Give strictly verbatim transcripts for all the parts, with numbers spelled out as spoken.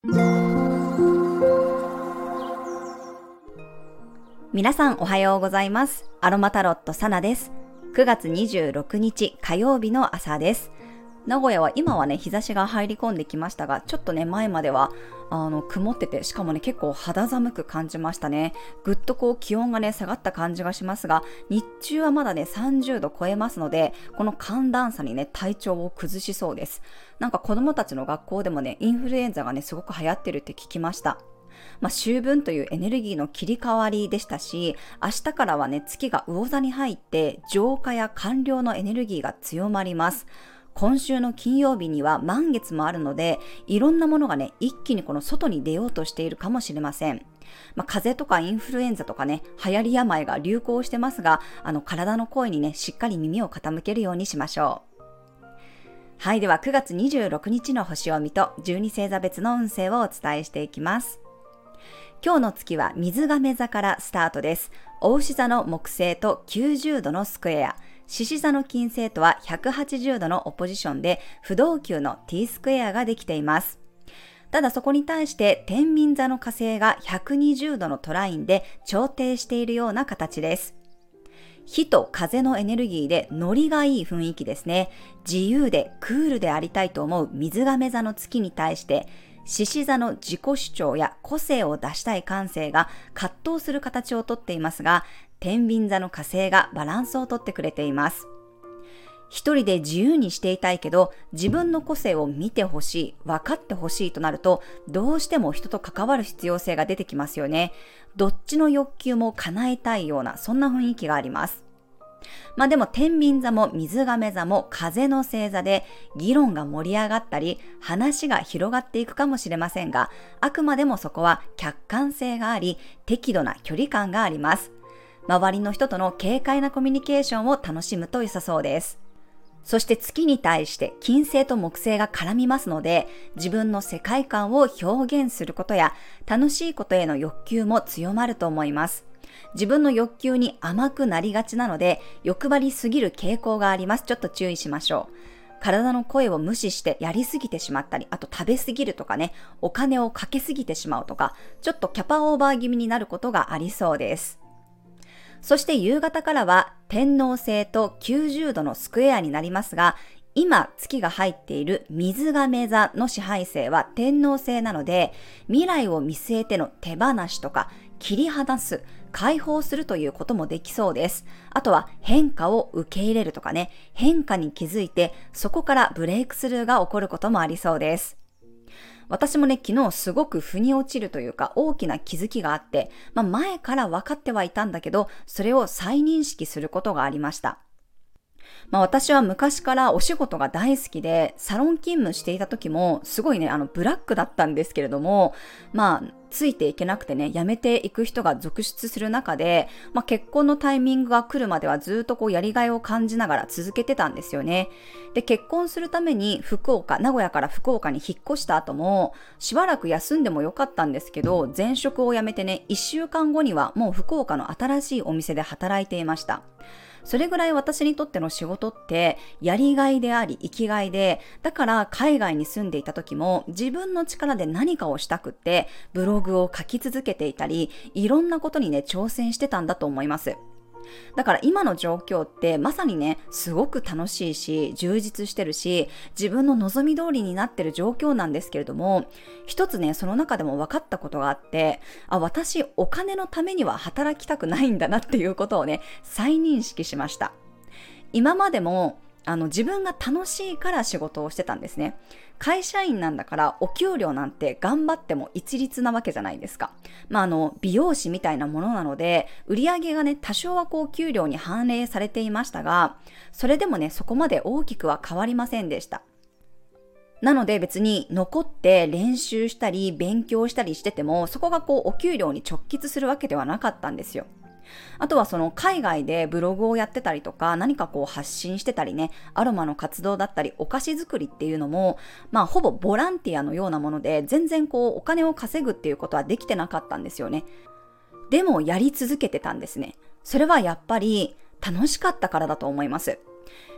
皆さんおはようございます。アロマタロットサナです。くがつにじゅうろくにち火曜日の朝です。名古屋は今はね日差しが入り込んできましたが、ちょっとね前まではあの曇ってて、しかもね結構肌寒く感じましたね。ぐっとこう気温がね下がった感じがしますが、日中はまだねさんじゅうど超えますので、この寒暖差にね体調を崩しそうです。なんか子供たちの学校でもねインフルエンザがねすごく流行ってるって聞きました。まあ、秋分というエネルギーの切り替わりでしたし、明日からはね月が魚座に入って浄化や完了のエネルギーが強まります。今週の金曜日には満月もあるので、いろんなものがね一気にこの外に出ようとしているかもしれません。まあ、風邪とかインフルエンザとかね流行り病が流行してますが、あの体の声にねしっかり耳を傾けるようにしましょう。はい、ではくがつにじゅうろくにちの星読みとじゅうに星座別の運勢をお伝えしていきます。今日の月は水亀座からスタートです。牡牛座の木星ときゅうじゅうどのスクエア、獅子座の金星とはひゃくはちじゅうどのオポジションで不動級の T スクエアができています。ただそこに対して天秤座の火星がひゃくにじゅうどのトラインで調停しているような形です。火と風のエネルギーでノリがいい雰囲気ですね。自由でクールでありたいと思う水亀座の月に対して、獅子座の自己主張や個性を出したい感性が葛藤する形をとっていますが、天秤座の火星がバランスをとってくれています。一人で自由にしていたいけど、自分の個性を見てほしい、分かってほしいとなると、どうしても人と関わる必要性が出てきますよね。どっちの欲求も叶えたいような、そんな雰囲気があります。まあでも天秤座も水亀座も風の星座で、議論が盛り上がったり話が広がっていくかもしれませんが、あくまでもそこは客観性があり、適度な距離感があります。周りの人との軽快なコミュニケーションを楽しむと良さそうです。そして月に対して金星と木星が絡みますので、自分の世界観を表現することや楽しいことへの欲求も強まると思います。自分の欲求に甘くなりがちなので、欲張りすぎる傾向があります。ちょっと注意しましょう。体の声を無視してやりすぎてしまったり、あと食べすぎるとかね、お金をかけすぎてしまうとか、ちょっとキャパオーバー気味になることがありそうです。そして夕方からは天王星ときゅうじゅうどのスクエアになりますが、今月が入っている水亀座の支配星は天王星なので、未来を見据えての手放しとか切り離す、解放するということもできそうです。あとは変化を受け入れるとかね、変化に気づいてそこからブレイクスルーが起こることもありそうです。私もね、昨日すごく腑に落ちるというか大きな気づきがあって、まあ、前から分かってはいたんだけど、それを再認識することがありました。まあ、私は昔からお仕事が大好きで、サロン勤務していた時もすごいね、あのブラックだったんですけれども、まあついていけなくてね、辞めていく人が続出する中で、まあ、結婚のタイミングが来るまではずっとこうやりがいを感じながら続けてたんですよね。で、結婚するために福岡、名古屋から福岡に引っ越した後も、しばらく休んでもよかったんですけど、前職を辞めてね、いっしゅうかんごにはもう福岡の新しいお店で働いていました。それぐらい私にとっての仕事ってやりがいであり生きがいで、だから海外に住んでいた時も自分の力で何かをしたくってブログを書き続けていたり、いろんなことにね挑戦してたんだと思います。だから今の状況ってまさにね、すごく楽しいし充実してるし、自分の望み通りになってる状況なんですけれども、一つねその中でも分かったことがあって、あ、私お金のためには働きたくないんだなっていうことをね再認識しました。今までもあの自分が楽しいから仕事をしてたんですね。会社員なんだからお給料なんて頑張っても一律なわけじゃないですか。まああの美容師みたいなものなので、売り上げがね多少はこう給料に反映されていましたが、それでもねそこまで大きくは変わりませんでした。なので別に残って練習したり勉強したりしてても、そこがこうお給料に直結するわけではなかったんですよ。あとはその海外でブログをやってたりとか、何かこう発信してたりね、アロマの活動だったりお菓子作りっていうのも、まあほぼボランティアのようなもので、全然こうお金を稼ぐっていうことはできてなかったんですよね。でもやり続けてたんですね。それはやっぱり楽しかったからだと思います。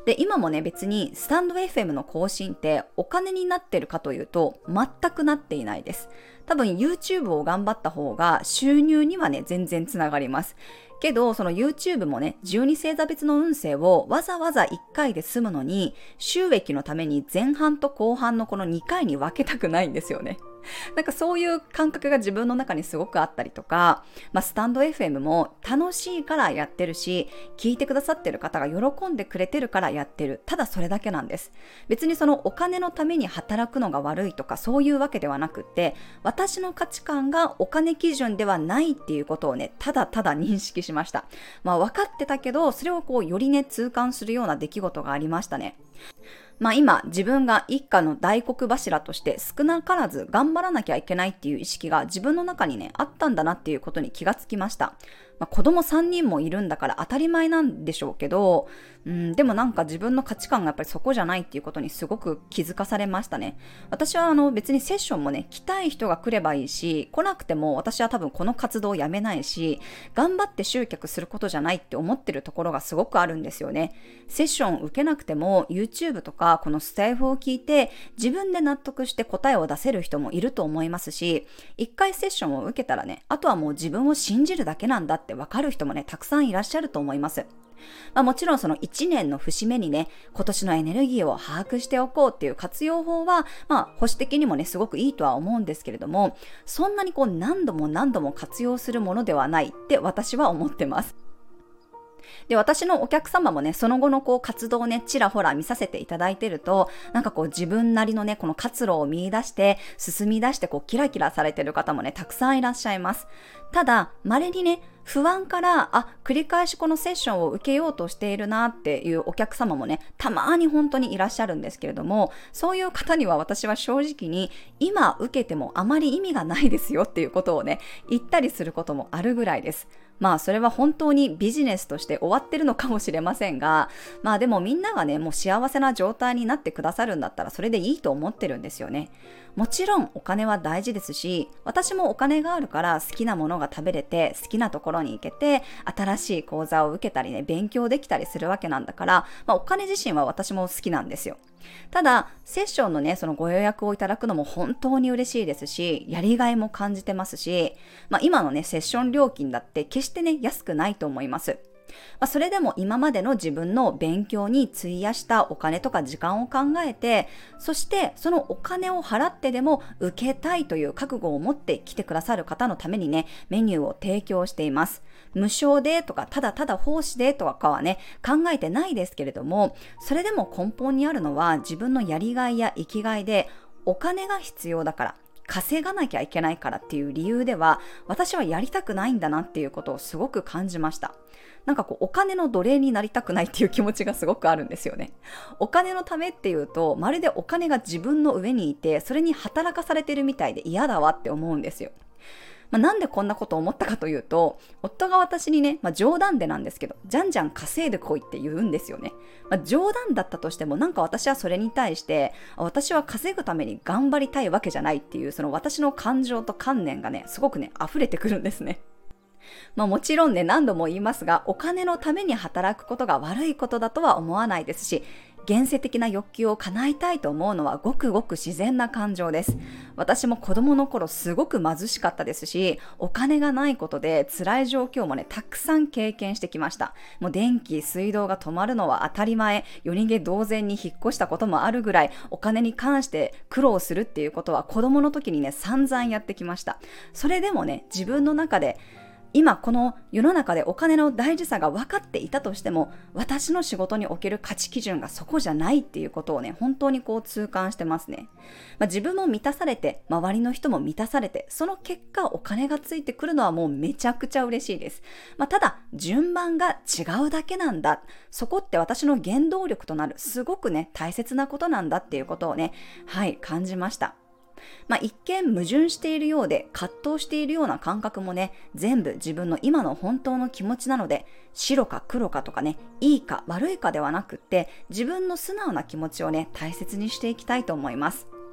で、今もね、別にスタンド エフエム の更新ってお金になってるかというと全くなっていないです。多分 YouTube を頑張った方が収入にはね、全然つながります。けど、その YouTube もね、じゅうに星座別の運勢をわざわざいっかいで済むのに、収益のために前半と後半のこのにかいに分けたくないんですよね。なんかそういう感覚が自分の中にすごくあったりとか、まあ、スタンド エフエム も楽しいからやってるし、聞いてくださってる方が喜んでくれてるからやってる。ただそれだけなんです。別にそのお金のために働くのが悪いとかそういうわけではなくって、私の価値観がお金基準ではないっていうことをね、ただただ認識しました。まあ分かってたけど、それをこうよりね、痛感するような出来事がありましたね。まあ今、自分が一家の大黒柱として少なからず頑張らなきゃいけないっていう意識が自分の中にね、あったんだなっていうことに気がつきました。まあ、子供さんにんもいるんだから当たり前なんでしょうけど、うん、でもなんか自分の価値観がやっぱりそこじゃないっていうことにすごく気づかされましたね。私はあの別にセッションもね、来たい人が来ればいいし、来なくても私は多分この活動をやめないし、頑張って集客することじゃないって思ってるところがすごくあるんですよね。セッション受けなくても YouTube とかこのスタイフを聞いて自分で納得して答えを出せる人もいると思いますし、一回セッションを受けたらね、あとはもう自分を信じるだけなんだって分かる人もね、たくさんいらっしゃると思います。まあ、もちろんそのいちねんの節目にね、今年のエネルギーを把握しておこうっていう活用法は、まあ保守的にもね、すごくいいとは思うんですけれども、そんなにこう何度も何度も活用するものではないって私は思ってます。で、私のお客様もね、その後のこう活動をね、ちらほら見させていただいてると、なんかこう自分なりのね、この活路を見出して、進み出してこうキラキラされてる方もね、たくさんいらっしゃいます。ただ、稀にね、不安から、あ、繰り返しこのセッションを受けようとしているなっていうお客様もね、たまに本当にいらっしゃるんですけれども、そういう方には私は正直に、今受けてもあまり意味がないですよっていうことをね、言ったりすることもあるぐらいです。まあそれは本当にビジネスとして終わってるのかもしれませんが、まあでもみんながね、もう幸せな状態になってくださるんだったらそれでいいと思ってるんですよね。もちろんお金は大事ですし、私もお金があるから好きなものが食べれて、好きなところに行けて、新しい講座を受けたりね、勉強できたりするわけなんだから、まあお金自身は私も好きなんですよ。ただ、セッションのね、そのご予約をいただくのも本当に嬉しいですし、やりがいも感じてますし、まあ今のね、セッション料金だって決してね、安くないと思います。まあ、それでも今までの自分の勉強に費やしたお金とか時間を考えて、そしてそのお金を払ってでも受けたいという覚悟を持って来てくださる方のためにね、メニューを提供しています。無償でとか、ただただ奉仕でとかはね、考えてないですけれども、それでも根本にあるのは自分のやりがいや生きがいで、お金が必要だから、稼がなきゃいけないからっていう理由では、私はやりたくないんだなっていうことをすごく感じました。なんかこうお金の奴隷になりたくないっていう気持ちがすごくあるんですよね。お金のためっていうと、まるでお金が自分の上にいて、それに働かされてるみたいで嫌だわって思うんですよ。まあ、なんでこんなことを思ったかというと、夫が私にね、まあ、冗談でなんですけど、じゃんじゃん稼いでこいって言うんですよね。まあ、冗談だったとしても、なんか私はそれに対して、私は稼ぐために頑張りたいわけじゃないっていう、その私の感情と観念がね、すごくね、溢れてくるんですね。まあもちろんね、何度も言いますが、お金のために働くことが悪いことだとは思わないですし、現世的な欲求を叶えたいと思うのはごくごく自然な感情です。私も子供の頃すごく貧しかったですし、お金がないことで辛い状況もね、たくさん経験してきました。もう電気、水道が止まるのは当たり前、夜逃げ同然に引っ越したこともあるぐらい、お金に関して苦労するっていうことは子供の時にね、散々やってきました。それでもね、自分の中で今この世の中でお金の大事さが分かっていたとしても、私の仕事における価値基準がそこじゃないっていうことをね、本当にこう痛感してますね。まあ、自分も満たされて、周りの人も満たされて、その結果お金がついてくるのはもうめちゃくちゃ嬉しいです。まあ、ただ順番が違うだけなんだ。そこって私の原動力となるすごくね、大切なことなんだっていうことをね、はい感じました。まあ、一見矛盾しているようで葛藤しているような感覚もね、全部自分の今の本当の気持ちなので、白か黒かとかね、いいか悪いかではなくって、自分の素直な気持ちをね、大切にしていきたいと思います。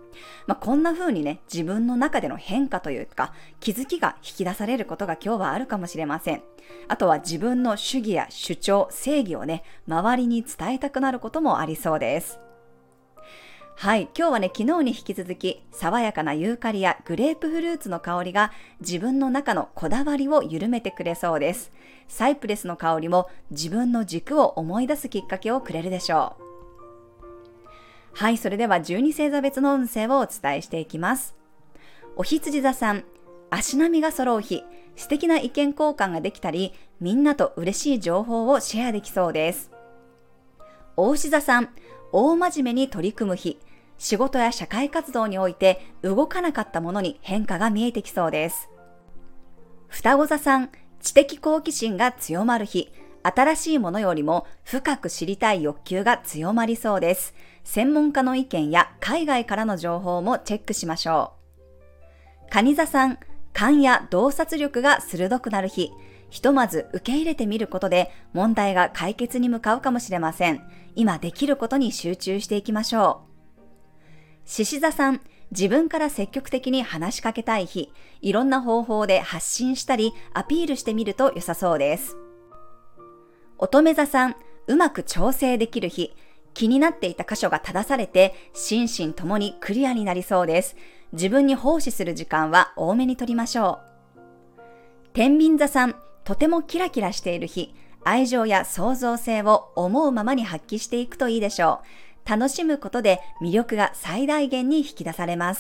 まあ、こんな風にね、自分の中での変化というか、気づきが引き出されることが今日はあるかもしれません。あとは自分の主義や主張、正義をね、周りに伝えたくなることもありそうです。はい、今日はね、昨日に引き続き、爽やかなユーカリやグレープフルーツの香りが自分の中のこだわりを緩めてくれそうです。サイプレスの香りも自分の軸を思い出すきっかけをくれるでしょう。はい、それではじゅうに星座別の運勢をお伝えしていきます。お羊座さん、足並みが揃う日、素敵な意見交換ができたり、みんなと嬉しい情報をシェアできそうです。お牛座さん、大真面目に取り組む日、仕事や社会活動において動かなかったものに変化が見えてきそうです。双子座さん、知的好奇心が強まる日、新しいものよりも深く知りたい欲求が強まりそうです。専門家の意見や海外からの情報もチェックしましょう。蟹座さん、勘や洞察力が鋭くなる日、ひとまず受け入れてみることで問題が解決に向かうかもしれません。今できることに集中していきましょう。獅子座さん、自分から積極的に話しかけたい日、いろんな方法で発信したりアピールしてみると良さそうです。乙女座さん、うまく調整できる日、気になっていた箇所が正されて心身ともにクリアになりそうです。自分に奉仕する時間は多めに取りましょう。天秤座さん、とてもキラキラしている日、愛情や創造性を思うままに発揮していくといいでしょう。楽しむことで魅力が最大限に引き出されます。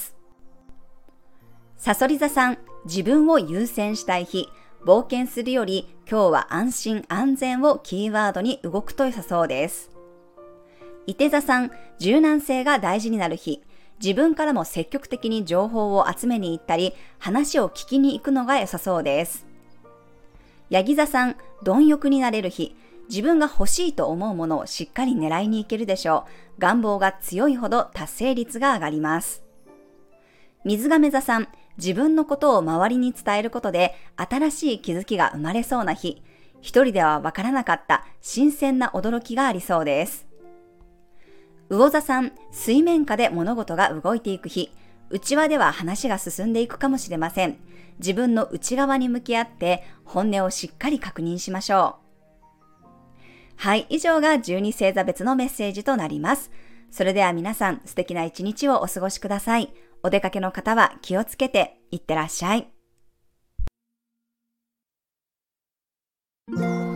蠍座さん、自分を優先したい日、冒険するより今日は安心安全をキーワードに動くと良さそうです。射手座さん、柔軟性が大事になる日、自分からも積極的に情報を集めに行ったり、話を聞きに行くのが良さそうです。ヤギ座さん、貪欲になれる日、自分が欲しいと思うものをしっかり狙いに行けるでしょう。願望が強いほど達成率が上がります。水亀座さん、自分のことを周りに伝えることで新しい気づきが生まれそうな日、一人ではわからなかった新鮮な驚きがありそうです。魚座さん、水面下で物事が動いていく日、内輪では話が進んでいくかもしれません。自分の内側に向き合って本音をしっかり確認しましょう。はい、以上がじゅうに星座別のメッセージとなります。それでは皆さん、素敵な一日をお過ごしください。お出かけの方は気をつけていってらっしゃい。